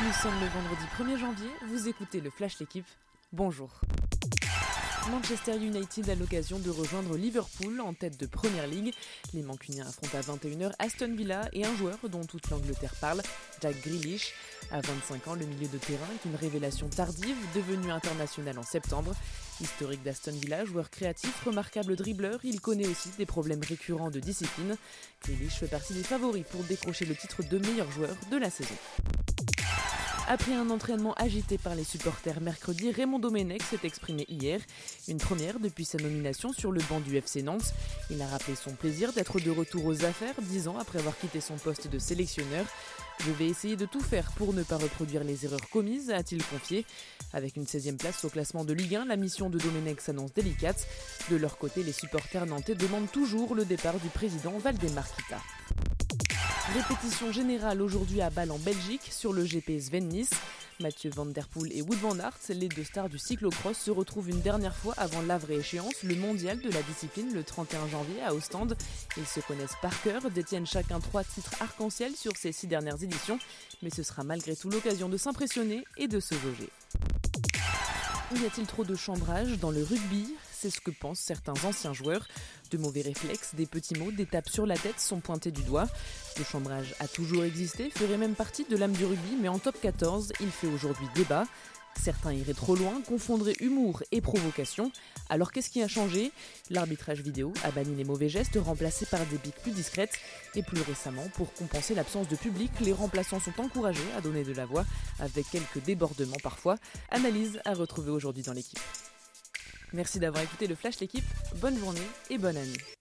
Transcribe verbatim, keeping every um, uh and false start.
Nous sommes le vendredi premier janvier, vous écoutez le Flash L'équipe, bonjour. Manchester United a l'occasion de rejoindre Liverpool en tête de Premier League. Les Mancuniens affrontent à vingt et une heures Aston Villa et un joueur dont toute l'Angleterre parle, Jack Grealish. À vingt-cinq ans, le milieu de terrain est une révélation tardive, devenu international en septembre. Historique d'Aston Villa, joueur créatif, remarquable dribbleur, il connaît aussi des problèmes récurrents de discipline. Grealish fait partie des favoris pour décrocher le titre de meilleur joueur de la saison. Après un entraînement agité par les supporters mercredi, Raymond Domenech s'est exprimé hier. Une première depuis sa nomination sur le banc du F C Nantes. Il a rappelé son plaisir d'être de retour aux affaires, dix ans après avoir quitté son poste de sélectionneur. « Je vais essayer de tout faire pour ne pas reproduire les erreurs commises », a-t-il confié. Avec une seizième place au classement de Ligue un, la mission de Domenech s'annonce délicate. De leur côté, les supporters nantais demandent toujours le départ du président Waldemar Kita. Répétition générale aujourd'hui à Bâle en Belgique, sur le G P Sven-Nice. Mathieu Van Der Poel et Wout van Aert, les deux stars du cyclocross, se retrouvent une dernière fois avant la vraie échéance, le mondial de la discipline le trente et un janvier à Ostende. Ils se connaissent par cœur, détiennent chacun trois titres arc-en-ciel sur ces six dernières éditions, mais ce sera malgré tout l'occasion de s'impressionner et de se jauger. Y a-t-il trop de chambrage dans le rugby ? C'est ce que pensent certains anciens joueurs. De mauvais réflexes, des petits mots, des tapes sur la tête sont pointés du doigt. Le chambrage a toujours existé, ferait même partie de l'âme du rugby, mais en top quatorze, il fait aujourd'hui débat. Certains iraient trop loin, confondraient humour et provocation. Alors qu'est-ce qui a changé ? L'arbitrage vidéo a banni les mauvais gestes, remplacés par des piques plus discrètes. Et plus récemment, pour compenser l'absence de public, les remplaçants sont encouragés à donner de la voix, avec quelques débordements parfois. Analyse à retrouver aujourd'hui dans l'équipe. Merci d'avoir écouté le Flash L'équipe, bonne journée et bonne année.